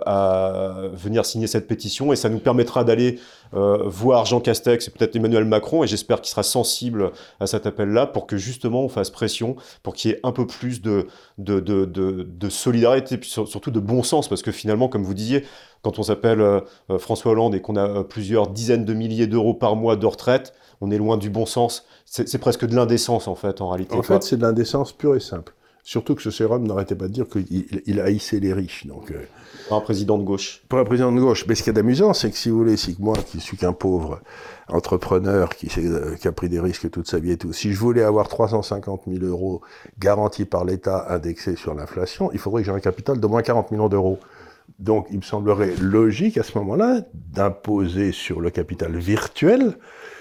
à venir signer cette pétition, et ça nous permettra d'aller euh, voir Jean Castex et peut-être Emmanuel Macron, et j'espère qu'il sera sensible à cet appel-là pour que justement on fasse pression, pour qu'il y ait un peu plus de, de, de, de, de solidarité, puis surtout de bon sens, parce que finalement, comme vous disiez, quand on s'appelle euh, François Hollande et qu'on a euh, plusieurs dizaines de milliers d'euros par mois de retraite, on est loin du bon sens. C'est, c'est presque de l'indécence, en fait, en réalité. En fait, c'est de l'indécence pure et simple. Surtout que ce sérum n'arrêtait pas de dire qu'il il haïssait les riches. Donc, euh, pour un président de gauche. Pour un président de gauche. Mais ce qui est amusant, c'est que si vous voulez, c'est que moi, qui suis qu'un pauvre entrepreneur, qui, qui a pris des risques toute sa vie et tout, si je voulais avoir trois cent cinquante mille euros garantis par l'État, indexés sur l'inflation, il faudrait que j'ai un capital d'au moins quarante millions d'euros. Donc, il me semblerait logique, à ce moment-là, d'imposer sur le capital virtuel.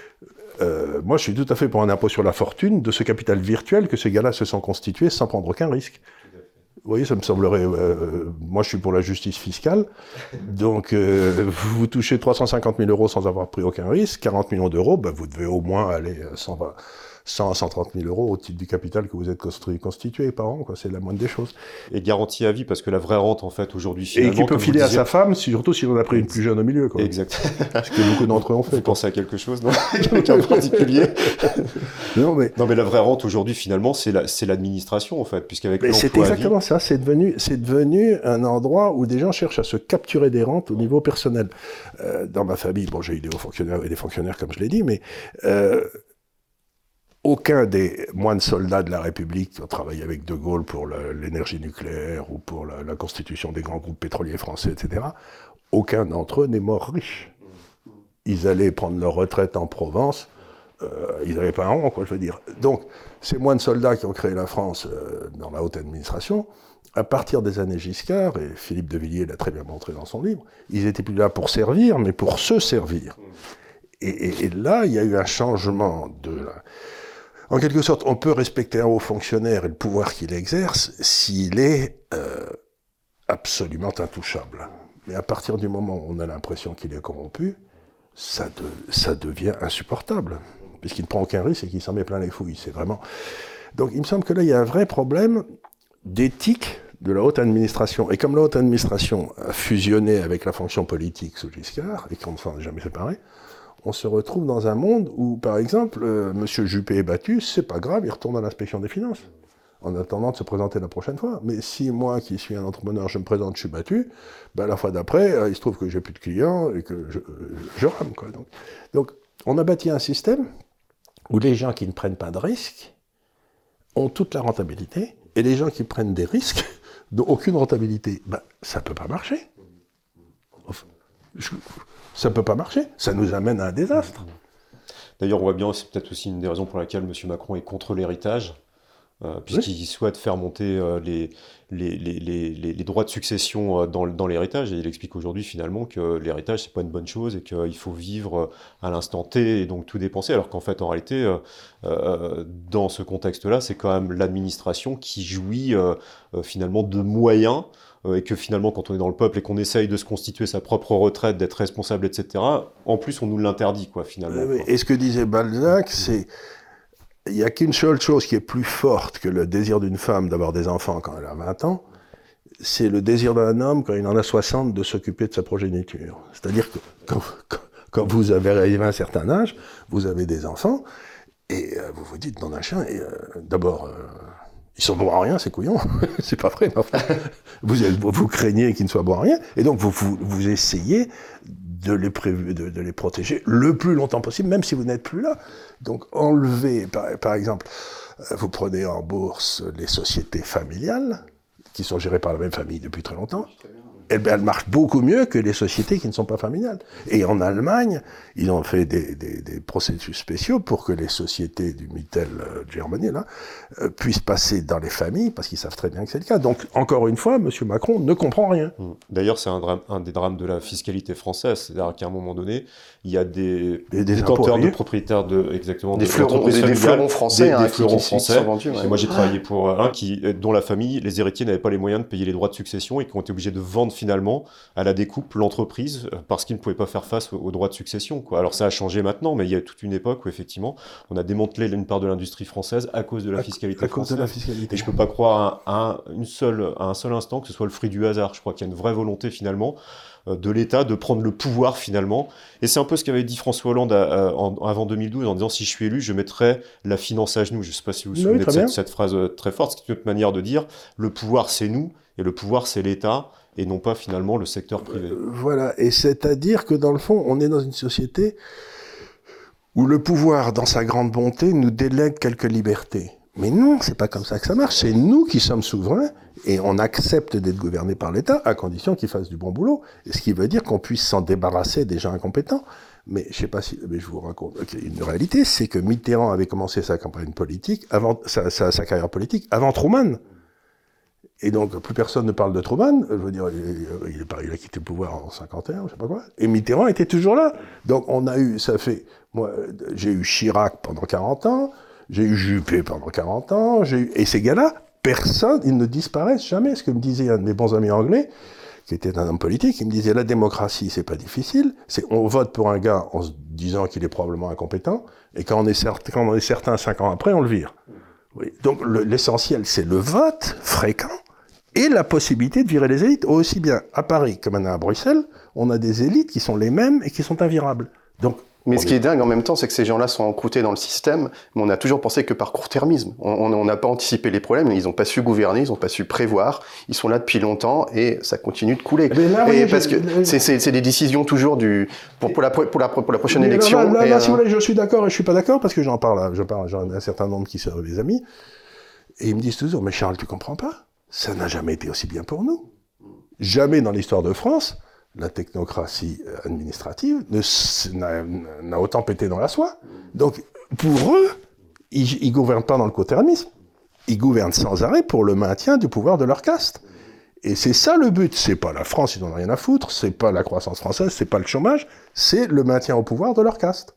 Euh, moi, je suis tout à fait pour un impôt sur la fortune de ce capital virtuel que ces gars-là se sont constitués sans prendre aucun risque. Vous voyez, ça me semblerait... Euh, moi, je suis pour la justice fiscale. Donc, euh, vous touchez trois cent cinquante mille euros sans avoir pris aucun risque, quarante millions d'euros, ben, vous devez au moins aller cent vingt, cent à cent trente mille euros au titre du capital que vous êtes constitué par an, quoi. C'est la moindre des choses. Et garantie à vie, parce que la vraie rente, en fait, aujourd'hui, finalement... Et qui peut filer à sa femme, surtout si on a pris une plus jeune au milieu, quoi. Exact. Ce que beaucoup d'entre eux ont fait. Vous pensez à quelque chose, non? Quelqu'un en particulier? Non, mais... non, mais la vraie rente, aujourd'hui, finalement, c'est, la, c'est l'administration, en fait, puisqu'avec mais l'emploi c'est exactement à vie... ça. C'est devenu, c'est devenu un endroit où des gens cherchent à se capturer des rentes au niveau personnel. Euh, dans ma famille, bon, j'ai eu des hauts fonctionnaires et des fonctionnaires, comme je l'ai dit, mais... Euh, aucun des moines soldats de la République qui ont travaillé avec De Gaulle pour le, l'énergie nucléaire ou pour la, la constitution des grands groupes pétroliers français, et cetera, aucun d'entre eux n'est mort riche. Ils allaient prendre leur retraite en Provence, euh, ils n'avaient pas un rond, quoi, je veux dire. Donc, ces moines soldats qui ont créé la France euh, dans la haute administration, à partir des années Giscard, et Philippe de Villiers l'a très bien montré dans son livre, ils étaient plus là pour servir, mais pour se servir. Et, et, et là, il y a eu un changement de... La... En quelque sorte, on peut respecter un haut fonctionnaire et le pouvoir qu'il exerce s'il est euh, absolument intouchable. Mais à partir du moment où on a l'impression qu'il est corrompu, ça, de, ça devient insupportable, puisqu'il ne prend aucun risque et qu'il s'en met plein les fouilles. C'est vraiment... Donc il me semble que là, il y a un vrai problème d'éthique de la haute administration. Et comme la haute administration a fusionné avec la fonction politique sous Giscard, et qu'on ne s'en est jamais séparé, on se retrouve dans un monde où, par exemple, euh, M. Juppé est battu, c'est pas grave, il retourne à l'inspection des finances, en attendant de se présenter la prochaine fois. Mais si moi, qui suis un entrepreneur, je me présente, je suis battu, ben, la fois d'après, euh, il se trouve que j'ai plus de clients et que je, euh, je rame, quoi. Donc, donc, on a bâti un système où les gens qui ne prennent pas de risques ont toute la rentabilité, et les gens qui prennent des risques n'ont aucune rentabilité. Ben, ça peut pas marcher. Enfin, je... Ça ne peut pas marcher, ça nous amène à un désastre. D'ailleurs, on voit bien, c'est peut-être aussi une des raisons pour laquelle M. Macron est contre l'héritage, euh, puisqu'il oui. souhaite faire monter euh, les, les, les, les, les droits de succession euh, dans, dans l'héritage, et il explique aujourd'hui finalement que l'héritage, c'est pas une bonne chose, et qu'il faut vivre à l'instant T, et donc tout dépenser, alors qu'en fait, en réalité, euh, euh, dans ce contexte-là, c'est quand même l'administration qui jouit euh, euh, finalement de moyens, et que finalement, quand on est dans le peuple et qu'on essaye de se constituer sa propre retraite, d'être responsable, et cetera, en plus, on nous l'interdit, quoi, finalement. Oui, et ce que disait Balzac, c'est il n'y a qu'une seule chose qui est plus forte que le désir d'une femme d'avoir des enfants quand elle a vingt ans, c'est le désir d'un homme, quand il en a soixante, de s'occuper de sa progéniture. C'est-à-dire que quand, quand, quand vous avez arrivé à un certain âge, vous avez des enfants, et euh, vous vous dites, dans un chien, et, euh, d'abord, euh, ils sont bons à rien, ces couillons. C'est pas vrai, mais enfin, vous, êtes, vous craignez qu'ils ne soient bons à rien, et donc vous, vous, vous essayez de les, prévu, de, de les protéger le plus longtemps possible, même si vous n'êtes plus là. Donc enlevez, par, par exemple, euh, vous prenez en bourse les sociétés familiales, qui sont gérées par la même famille depuis très longtemps, eh bien, elles marchent beaucoup mieux que les sociétés qui ne sont pas familiales. Et en Allemagne, ils ont fait des, des, des processus spéciaux pour que les sociétés du Mittel euh, Germany là, euh, puissent passer dans les familles, parce qu'ils savent très bien que c'est le cas. Donc, encore une fois, M. Macron ne comprend rien. D'ailleurs, c'est un, drame, un des drames de la fiscalité française. C'est-à-dire qu'à un moment donné, il y a des, des, des détenteurs de propriétaires de, exactement, des de, fleurons, des, des fleurons français, des, hein, des fleurons qui, qui, français. Qui sont vendus, ouais. Et moi, j'ai travaillé pour un qui, dont la famille, les héritiers n'avaient pas les moyens de payer les droits de succession et qui ont été obligés de vendre finalement à la découpe l'entreprise parce qu'ils ne pouvaient pas faire face aux, aux droits de succession, quoi. Alors ça a changé maintenant, mais il y a toute une époque où effectivement, on a démantelé une part de l'industrie française à cause de la fiscalité à, à française. Cause de la fiscalité. Et je peux pas croire à, à, une seule, à un seul instant que ce soit le fruit du hasard. Je crois qu'il y a une vraie volonté finalement de l'État de prendre le pouvoir finalement. Et c'est un peu ce qu'avait dit François Hollande à, à, en, avant deux mille douze en disant si je suis élu, je mettrai la finance à genoux. Je ne sais pas si vous vous souvenez oui, de cette, cette phrase très forte. C'est une autre manière de dire le pouvoir c'est nous et le pouvoir c'est l'État et non pas finalement le secteur privé. Euh, voilà, et c'est-à-dire que dans le fond, on est dans une société où le pouvoir, dans sa grande bonté, nous délègue quelques libertés. Mais non, c'est pas comme ça que ça marche. C'est nous qui sommes souverains et on accepte d'être gouvernés par l'État à condition qu'il fasse du bon boulot. Et ce qui veut dire qu'on puisse s'en débarrasser des gens incompétents. Mais je sais pas si, mais je vous raconte okay, une réalité, c'est que Mitterrand avait commencé sa campagne politique avant sa, sa, sa carrière politique avant Truman. Et donc plus personne ne parle de Truman. Je veux dire, il, il, est pas, il a quitté le pouvoir en cinquante et un, je sais pas quoi. Et Mitterrand était toujours là. Donc on a eu, ça fait, moi, j'ai eu Chirac pendant quarante ans. J'ai eu Juppé pendant quarante ans, j'ai eu... et ces gars-là, personne, ils ne disparaissent jamais. Ce que me disait un de mes bons amis anglais, qui était un homme politique, il me disait, la démocratie, c'est pas difficile, c'est on vote pour un gars en se disant qu'il est probablement incompétent, et quand on est, certain, quand on est certain, cinq ans après, on le vire. Oui. Donc le, l'essentiel, c'est le vote fréquent, et la possibilité de virer les élites. Aussi bien à Paris que maintenant à Bruxelles, on a des élites qui sont les mêmes et qui sont invirables. Donc, mais ce qui est dingue en même temps, c'est que ces gens-là sont encroutés dans le système, mais on a toujours pensé que par court-termisme. On n'a pas anticipé les problèmes, ils n'ont pas su gouverner, ils n'ont pas su prévoir, ils sont là depuis longtemps et ça continue de couler. Là, et oui, parce je, que c'est, c'est, c'est des décisions toujours du, pour, pour, la, pour, la, pour la prochaine mais élection. Là, là, et là euh... si vous voulez, je suis d'accord et je suis pas d'accord parce que j'en parle, je parle, j'en ai un certain nombre qui sont des amis, et ils me disent toujours, mais Charles, tu comprends pas? Ça n'a jamais été aussi bien pour nous. Jamais dans l'histoire de France, la technocratie administrative ne, n'a, n'a autant pété dans la soie. Donc, pour eux, ils ne gouvernent pas dans le court-termisme. Ils gouvernent sans arrêt pour le maintien du pouvoir de leur caste. Et c'est ça le but. C'est pas la France, ils n'en ont rien à foutre. C'est pas la croissance française, c'est pas le chômage. C'est le maintien au pouvoir de leur caste.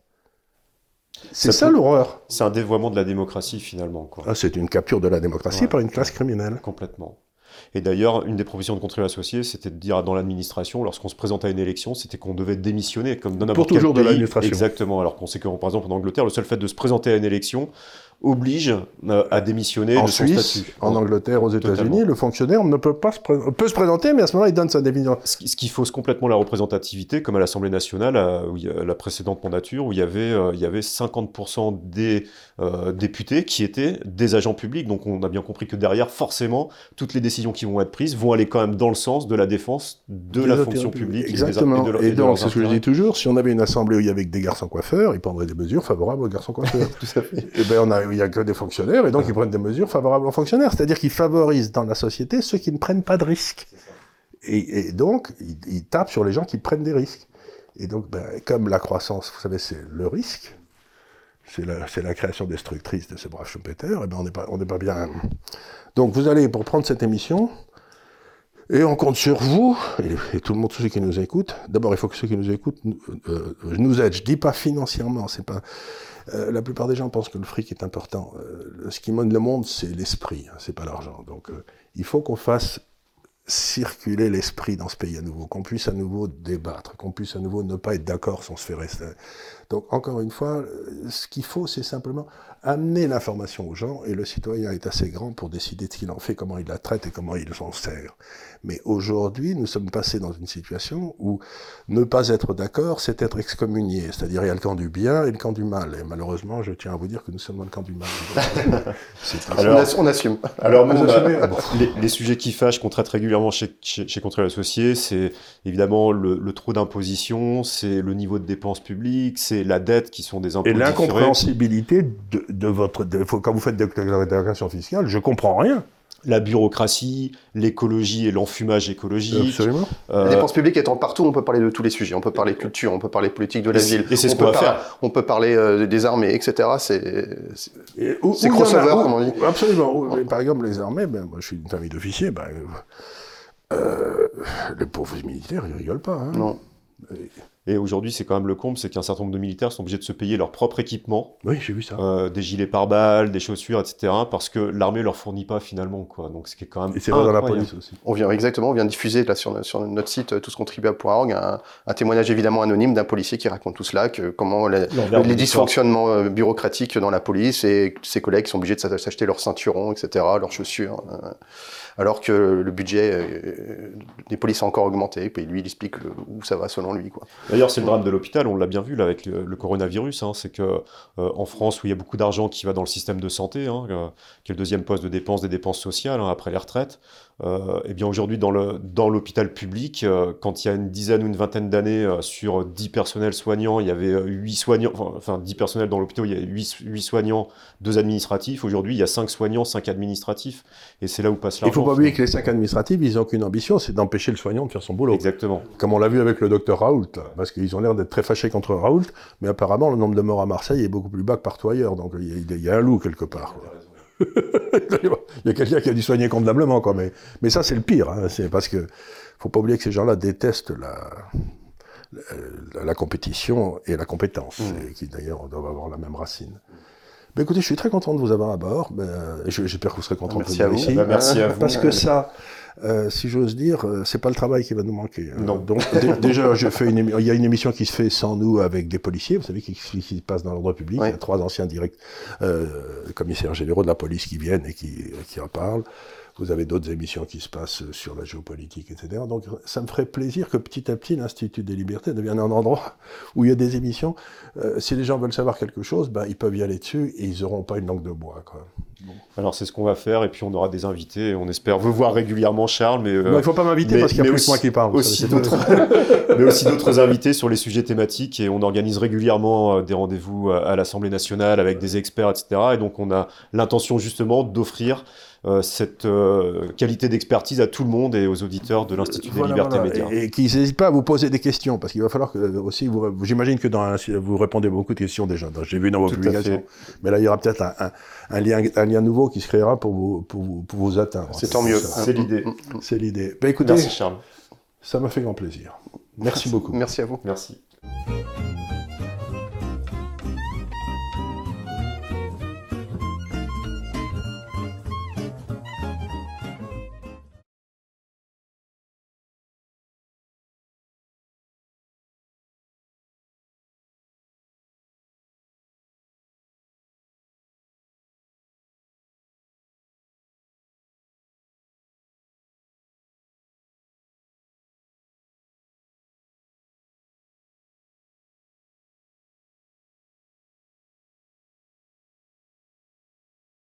C'est ça, ça peut... l'horreur. C'est un dévoiement de la démocratie, finalement, quoi. Ah, c'est une capture de la démocratie ouais, par une classe criminelle. Complètement. Et d'ailleurs, une des propositions de contrôle associé, c'était de dire dans l'administration, lorsqu'on se présentait à une élection, c'était qu'on devait démissionner, comme dans n'importe quel pays. Pour toujours de l'administration. Exactement. Alors qu'on sait que, par exemple, en Angleterre, le seul fait de se présenter à une élection oblige euh, à démissionner en de son Suisse, statut. En Angleterre, aux États-Unis, le fonctionnaire ne peut pas se pré... peut se présenter, mais à ce moment-là, il donne sa démission. Ce qui, ce qui fausse complètement la représentativité, comme à l'Assemblée nationale, à, où il y a, la précédente mandature, où il y avait, euh, il y avait cinquante pour cent des euh, députés qui étaient des agents publics. Donc on a bien compris que derrière, forcément, toutes les décisions qui vont être prises vont aller quand même dans le sens de la défense de des la fonction publique. Exactement. Et, de, et, et donc, c'est ce que je dis toujours, si on avait une assemblée où il y avait que des garçons coiffeurs, ils prendraient des mesures favorables aux garçons coiffeurs. Tout à fait. Et ben, on a, il y a que des fonctionnaires, et donc ils prennent des mesures favorables aux fonctionnaires. C'est-à-dire qu'ils favorisent dans la société ceux qui ne prennent pas de risques. Et, et donc, ils, ils tapent sur les gens qui prennent des risques. Et donc, ben, comme la croissance, vous savez, c'est le risque, c'est la, c'est la création destructrice de ce brave Schumpeter, et ben on n'est pas, on n'est pas bien. Donc, vous allez, pour prendre cette émission, et on compte sur vous, et, et tout le monde, tous ceux qui nous écoutent. D'abord, il faut que ceux qui nous écoutent euh, nous aident. Je dis pas financièrement, c'est pas. Euh, la plupart des gens pensent que le fric est important. Euh, ce qui mène le monde, c'est l'esprit, hein, c'est pas l'argent. Donc, euh, il faut qu'on fasse circuler l'esprit dans ce pays à nouveau, qu'on puisse à nouveau débattre, qu'on puisse à nouveau ne pas être d'accord sans se faire rester. Donc, encore une fois, ce qu'il faut, c'est simplement amener l'information aux gens, et le citoyen est assez grand pour décider de ce qu'il en fait, comment il la traite et comment il s'en sert. Mais aujourd'hui, nous sommes passés dans une situation où ne pas être d'accord, c'est être excommunié. C'est-à-dire, il y a le camp du bien et le camp du mal. Et malheureusement, je tiens à vous dire que nous sommes dans le camp du mal. Alors, on assume. Alors, nous, on a, les, les sujets qui fâchent qu'on traite régulièrement chez, chez, chez Contre Associés, c'est évidemment le, le trop d'imposition, c'est le niveau de dépenses publiques, c'est la dette qui sont des impôts et l'incompréhensibilité de, de votre... De, quand vous faites des déclarations fiscales, je comprends rien. La bureaucratie, l'écologie et l'enfumage écologique. Absolument. Euh, la dépense publique étant partout, on peut parler de tous les sujets. On peut parler culture, on peut parler politique de la ville. Et c'est ce qu'on va faire. faire. On peut parler euh, des armées, et cetera. C'est, c'est, c'est crossover, comme on dit. Absolument. Où, par exemple, les armées, ben, moi je suis une famille d'officiers, ben, euh, les pauvres militaires, ils rigolent pas. Hein. Non. Et, Et aujourd'hui, c'est quand même le comble, c'est qu'un certain nombre de militaires sont obligés de se payer leur propre équipement. Oui, j'ai vu ça. Euh, des gilets pare-balles, des chaussures, et cetera. Parce que l'armée leur fournit pas finalement, quoi. Donc, ce qui est quand même. Et c'est vrai dans la police aussi. On vient exactement, on vient de diffuser là sur, sur notre site touscontribuables point org un, un témoignage évidemment anonyme d'un policier qui raconte tout cela, que comment la, les dysfonctionnements bureaucratiques dans la police et ses collègues sont obligés de s'acheter leurs ceinturons, et cetera, leurs chaussures. Euh, alors que le budget euh, des polices a encore augmenté, et lui il explique le, où ça va selon lui, quoi. D'ailleurs, c'est le drame de l'hôpital, on l'a bien vu là avec le, le coronavirus, hein, c'est que euh, en France où il y a beaucoup d'argent qui va dans le système de santé, hein, euh, qui est le deuxième poste de dépense des dépenses sociales, hein, après les retraites, euh, et bien aujourd'hui dans le dans l'hôpital public, euh, quand il y a une dizaine ou une vingtaine d'années, euh, sur dix personnels soignants, il y avait huit soignants, enfin, enfin dix personnels dans l'hôpital, il y a huit soignants, deux administratifs. Aujourd'hui, il y a cinq soignants, cinq administratifs, et c'est là où passe l'argent. Il ne faut pas oublier que les cinq administratifs, ils n'ont qu'une ambition, c'est d'empêcher le soignant de faire son boulot. Exactement. Comme on l'a vu avec le docteur Raoult, là, parce qu'ils ont l'air d'être très fâchés contre Raoult, mais apparemment le nombre de morts à Marseille est beaucoup plus bas que partout ailleurs, donc il y, y, y a un loup quelque part. Il y a quelqu'un qui a dû soigner convenablement, quoi, mais, mais ça c'est le pire, hein, c'est parce que faut pas oublier que ces gens-là détestent la, la, la compétition et la compétence, mmh. et qui d'ailleurs doivent avoir la même racine. Ben écoutez, je suis très content de vous avoir à bord. Ben, j'espère que vous serez content merci de venir ici. Ben, merci à vous. Parce que ça, euh, si j'ose dire, c'est pas le travail qui va nous manquer. Non. Donc déjà, je fais une émi- il y a une émission qui se fait sans nous avec des policiers, vous savez, qui, qui, qui passe dans l'ordre public. Ouais. Il y a trois anciens directs euh, commissaires généraux de la police qui viennent et qui, qui en parlent. Vous avez d'autres émissions qui se passent sur la géopolitique, et cetera. Donc ça me ferait plaisir que petit à petit l'Institut des Libertés devienne un endroit où il y a des émissions. Euh, si les gens veulent savoir quelque chose, ben, ils peuvent y aller dessus et ils n'auront pas une langue de bois, quoi. Bon. Alors c'est ce qu'on va faire, et puis on aura des invités, et on espère vous voir régulièrement, Charles. Mais euh, il ne faut pas m'inviter mais, parce qu'il y a plus aussi, que moi qui parle. Aussi d'autres, mais aussi d'autres invités sur les sujets thématiques, et on organise régulièrement des rendez-vous à l'Assemblée nationale avec des experts, et cetera. Et donc on a l'intention justement d'offrir Euh, cette euh, qualité d'expertise à tout le monde et aux auditeurs de l'Institut voilà, des Libertés voilà. Médias. Et, et qu'ils n'hésitent pas à vous poser des questions, parce qu'il va falloir que aussi, vous, j'imagine que dans un, vous répondez beaucoup de questions déjà, j'ai vu dans vos tout publications, mais là il y aura peut-être un, un, un, lien, un lien nouveau qui se créera pour vous, pour vous, pour vous atteindre. C'est tant mieux. C'est l'idée. C'est l'idée. Ben, écoutez, merci Charles. Ça m'a fait grand plaisir. Merci, merci beaucoup. Merci à vous. Merci.